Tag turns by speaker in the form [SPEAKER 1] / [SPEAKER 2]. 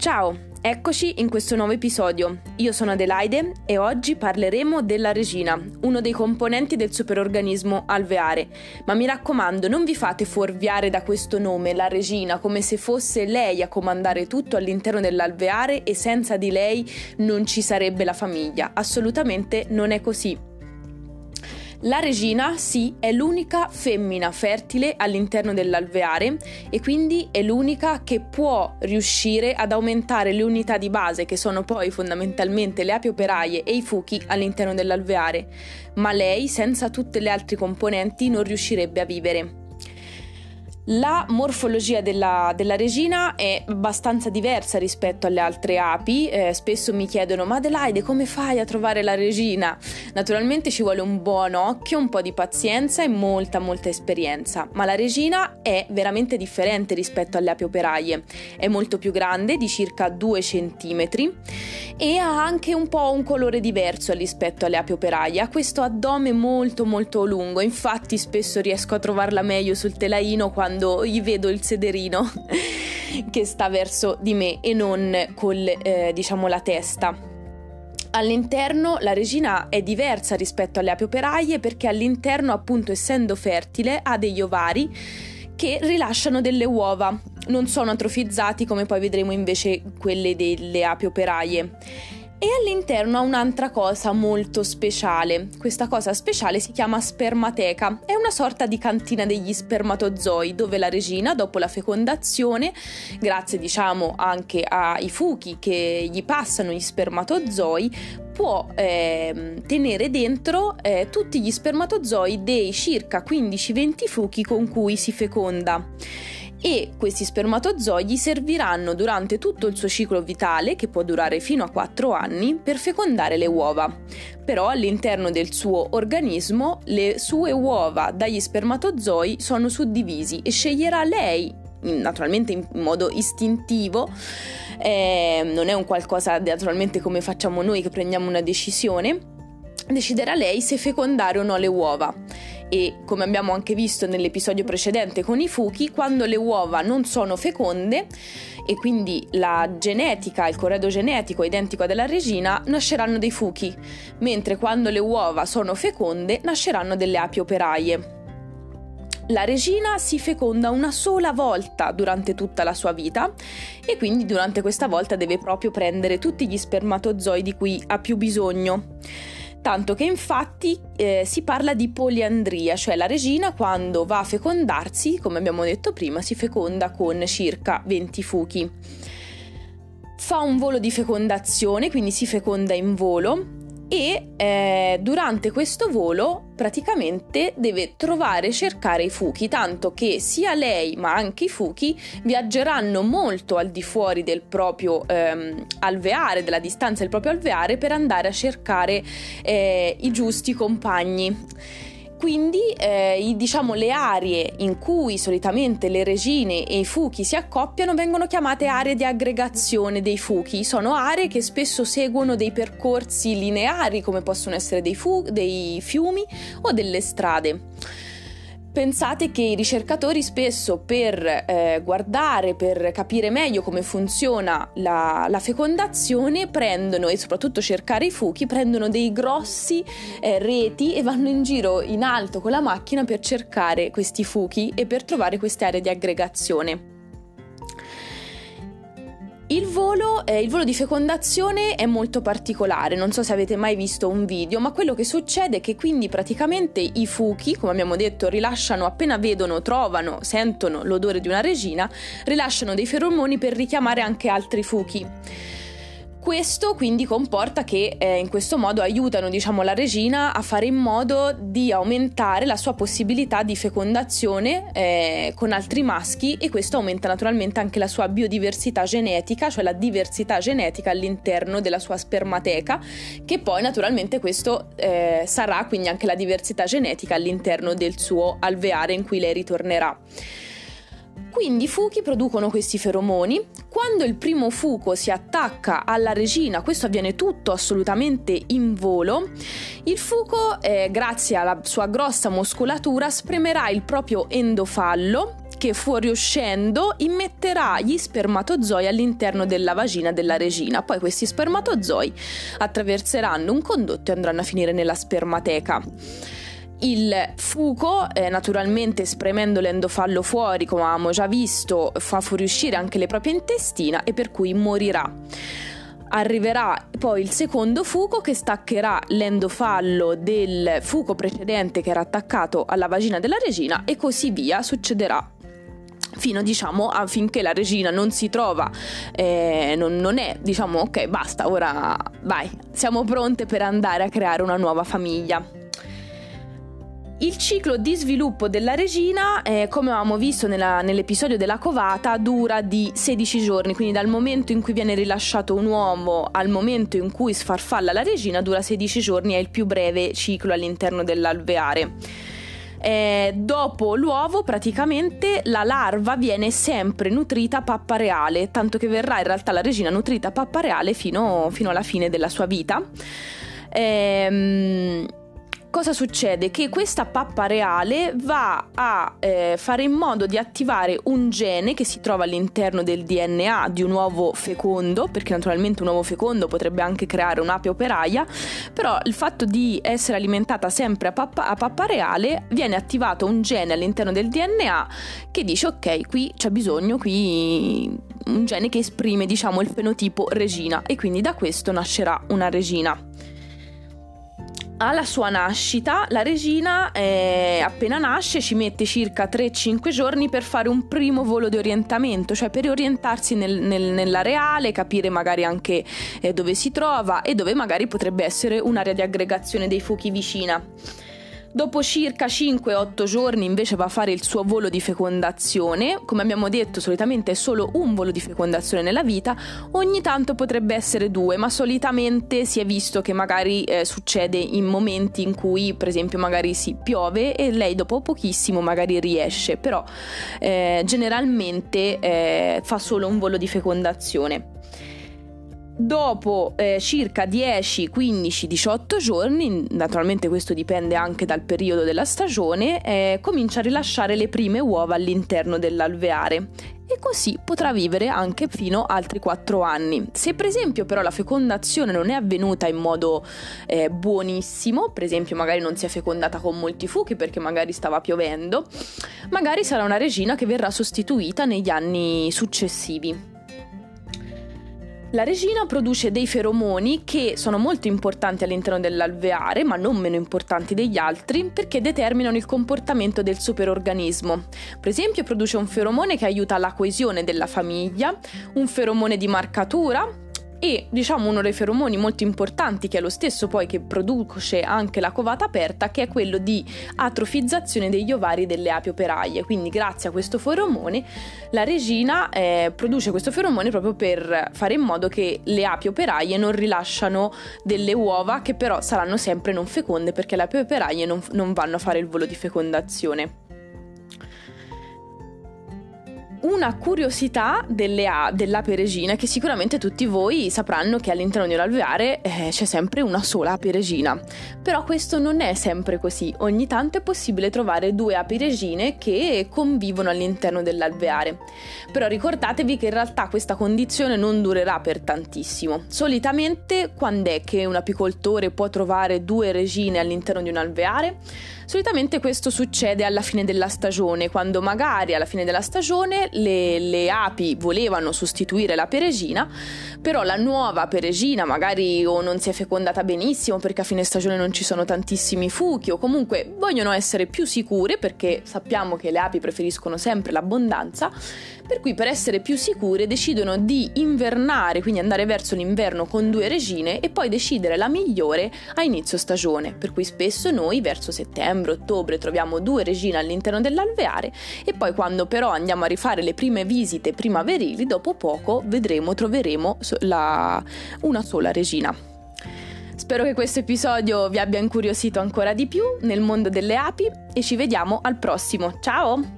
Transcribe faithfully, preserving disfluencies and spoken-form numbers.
[SPEAKER 1] Ciao, eccoci in questo nuovo episodio. Io sono Adelaide e oggi parleremo della regina, uno dei componenti del superorganismo alveare. Ma mi raccomando, non vi fate fuorviare da questo nome, la regina, come se fosse lei a comandare tutto all'interno dell'alveare e senza di lei non ci sarebbe la famiglia. Assolutamente non è così. La regina, sì, è l'unica femmina fertile all'interno dell'alveare e quindi è l'unica che può riuscire ad aumentare le unità di base, che sono poi fondamentalmente le api operaie e i fuchi all'interno dell'alveare, ma lei senza tutte le altre componenti non riuscirebbe a vivere. La morfologia della, della regina è abbastanza diversa rispetto alle altre api. Eh, spesso mi chiedono: ma Adelaide, come fai a trovare la regina? Naturalmente ci vuole un buon occhio, un po' di pazienza e molta molta esperienza, ma la regina è veramente differente rispetto alle api operaie. È molto più grande, di circa due centimetri, e ha anche un po' un colore diverso rispetto alle api operaie. Ha questo addome molto molto lungo, infatti spesso riesco a trovarla meglio sul telaino quando gli vedo il sederino che sta verso di me e non con eh, diciamo la testa. All'interno la regina è diversa rispetto alle api operaie perché all'interno, appunto, essendo fertile, ha degli ovari che rilasciano delle uova. Non sono atrofizzati come poi vedremo invece quelle delle api operaie. E all'interno ha un'altra cosa molto speciale. Questa cosa speciale si chiama spermateca. È una sorta di cantina degli spermatozoi dove la regina, dopo la fecondazione, grazie diciamo anche ai fuchi che gli passano gli spermatozoi, può eh, tenere dentro eh, tutti gli spermatozoi dei circa quindici venti fuchi con cui si feconda. E questi spermatozoi gli serviranno durante tutto il suo ciclo vitale, che può durare fino a quattro anni, per fecondare le uova. Però all'interno del suo organismo le sue uova dagli spermatozoi sono suddivisi e sceglierà lei, naturalmente in modo istintivo, eh, non è un qualcosa naturalmente come facciamo noi che prendiamo una decisione, deciderà lei se fecondare o no le uova. E come abbiamo anche visto nell'episodio precedente con i fuchi, quando le uova non sono feconde e quindi la genetica, il corredo genetico è identico a della regina, nasceranno dei fuchi, mentre quando le uova sono feconde nasceranno delle api operaie. La regina si feconda una sola volta durante tutta la sua vita e quindi durante questa volta deve proprio prendere tutti gli spermatozoi di cui ha più bisogno. Tanto che infatti eh, si parla di poliandria, cioè la regina quando va a fecondarsi, come abbiamo detto prima, si feconda con circa venti fuchi. Fa un volo di fecondazione, quindi si feconda in volo e eh, durante questo volo praticamente deve trovare e cercare i fuchi, tanto che sia lei ma anche i fuchi viaggeranno molto al di fuori del proprio ehm, alveare, della distanza del proprio alveare, per andare a cercare eh, i giusti compagni. Quindi eh, i, diciamo le aree in cui solitamente le regine e i fuchi si accoppiano vengono chiamate aree di aggregazione dei fuchi. Sono aree che spesso seguono dei percorsi lineari, come possono essere dei, fu- dei fiumi o delle strade. Pensate che i ricercatori spesso per eh, guardare, per capire meglio come funziona la, la fecondazione, prendono, e soprattutto cercare i fuchi, prendono dei grossi eh, reti e vanno in giro in alto con la macchina per cercare questi fuchi e per trovare queste aree di aggregazione. Il volo, eh, il volo di fecondazione è molto particolare, non so se avete mai visto un video, ma quello che succede è che quindi praticamente i fuchi, come abbiamo detto, rilasciano, appena vedono, trovano, sentono l'odore di una regina, rilasciano dei feromoni per richiamare anche altri fuchi. Questo quindi comporta che eh, in questo modo aiutano, diciamo, la regina a fare in modo di aumentare la sua possibilità di fecondazione eh, con altri maschi, e questo aumenta naturalmente anche la sua biodiversità genetica, cioè la diversità genetica all'interno della sua spermateca, che poi naturalmente questo eh, sarà quindi anche la diversità genetica all'interno del suo alveare in cui lei ritornerà. Quindi i fuchi producono questi feromoni. Quando il primo fuco si attacca alla regina, questo avviene tutto assolutamente in volo, il fuco, eh, grazie alla sua grossa muscolatura, spremerà il proprio endofallo, che fuoriuscendo immetterà gli spermatozoi all'interno della vagina della regina. Poi questi spermatozoi attraverseranno un condotto e andranno a finire nella spermateca. Il fuco, eh, naturalmente spremendo l'endofallo fuori, come avevamo già visto, fa fuoriuscire anche le proprie intestina e per cui morirà. Arriverà poi il secondo fuco che staccherà l'endofallo del fuco precedente che era attaccato alla vagina della regina e così via succederà fino, diciamo, affinché la regina non si trova, eh, non, non è, diciamo, ok, basta, ora vai, siamo pronte per andare a creare una nuova famiglia. Il ciclo di sviluppo della regina, eh, come avevamo visto nella, nell'episodio della covata, dura di sedici giorni, quindi dal momento in cui viene rilasciato un uovo al momento in cui sfarfalla la regina dura sedici giorni, è il più breve ciclo all'interno dell'alveare. Eh, dopo l'uovo praticamente la larva viene sempre nutrita a pappa reale, tanto che verrà in realtà la regina nutrita a pappa reale fino, fino alla fine della sua vita. Ehm... Cosa succede? Che questa pappa reale va a eh, fare in modo di attivare un gene che si trova all'interno del D N A di un uovo fecondo, perché naturalmente un uovo fecondo potrebbe anche creare un'ape operaia, però il fatto di essere alimentata sempre a pappa, a pappa reale, viene attivato un gene all'interno del D N A che dice ok, qui c'è bisogno, qui un gene che esprime, diciamo, il fenotipo regina, e quindi da questo nascerà una regina. Alla sua nascita la regina eh, appena nasce ci mette circa tre cinque giorni per fare un primo volo di orientamento, cioè per orientarsi nel, nel, nell'areale, capire magari anche eh, dove si trova e dove magari potrebbe essere un'area di aggregazione dei fuchi vicina. Dopo circa cinque otto giorni invece va a fare il suo volo di fecondazione. Come abbiamo detto, solitamente è solo un volo di fecondazione nella vita, ogni tanto potrebbe essere due, ma solitamente si è visto che magari eh, succede in momenti in cui per esempio magari si piove e lei dopo pochissimo magari riesce, però eh, generalmente eh, fa solo un volo di fecondazione. Dopo eh, circa dieci, quindici, diciotto giorni, naturalmente questo dipende anche dal periodo della stagione, eh, comincia a rilasciare le prime uova all'interno dell'alveare e così potrà vivere anche fino a altri quattro anni. Se per esempio però la fecondazione non è avvenuta in modo eh, buonissimo, per esempio magari non si è fecondata con molti fuchi perché magari stava piovendo, magari sarà una regina che verrà sostituita negli anni successivi. La regina produce dei feromoni che sono molto importanti all'interno dell'alveare, ma non meno importanti degli altri, perché determinano il comportamento del superorganismo. Per esempio produce un feromone che aiuta la coesione della famiglia, un feromone di marcatura e, diciamo, uno dei feromoni molto importanti, che è lo stesso poi che produce anche la covata aperta, che è quello di atrofizzazione degli ovari delle api operaie. Quindi grazie a questo feromone la regina eh, produce questo feromone proprio per fare in modo che le api operaie non rilasciano delle uova che però saranno sempre non feconde, perché le api operaie non, non vanno a fare il volo di fecondazione. Una curiosità delle a- dell'ape regina è che sicuramente tutti voi sapranno che all'interno di un alveare eh, c'è sempre una sola ape regina, però questo non è sempre così. Ogni tanto è possibile trovare due api regine che convivono all'interno dell'alveare, però ricordatevi che in realtà questa condizione non durerà per tantissimo. Solitamente quando è che un apicoltore può trovare due regine all'interno di un alveare? Solitamente questo succede alla fine della stagione, quando magari alla fine della stagione le, le api volevano sostituire l'ape regina, però la nuova ape regina magari o non si è fecondata benissimo perché a fine stagione non ci sono tantissimi fuchi, o comunque vogliono essere più sicure, perché sappiamo che le api preferiscono sempre l'abbondanza, per cui per essere più sicure decidono di invernare, quindi andare verso l'inverno con due regine e poi decidere la migliore a inizio stagione, per cui spesso noi verso settembre, ottobre troviamo due regine all'interno dell'alveare e poi quando però andiamo a rifare le prime visite primaverili, dopo poco vedremo, troveremo la, una sola regina. Spero che questo episodio vi abbia incuriosito ancora di più nel mondo delle api e ci vediamo al prossimo. Ciao!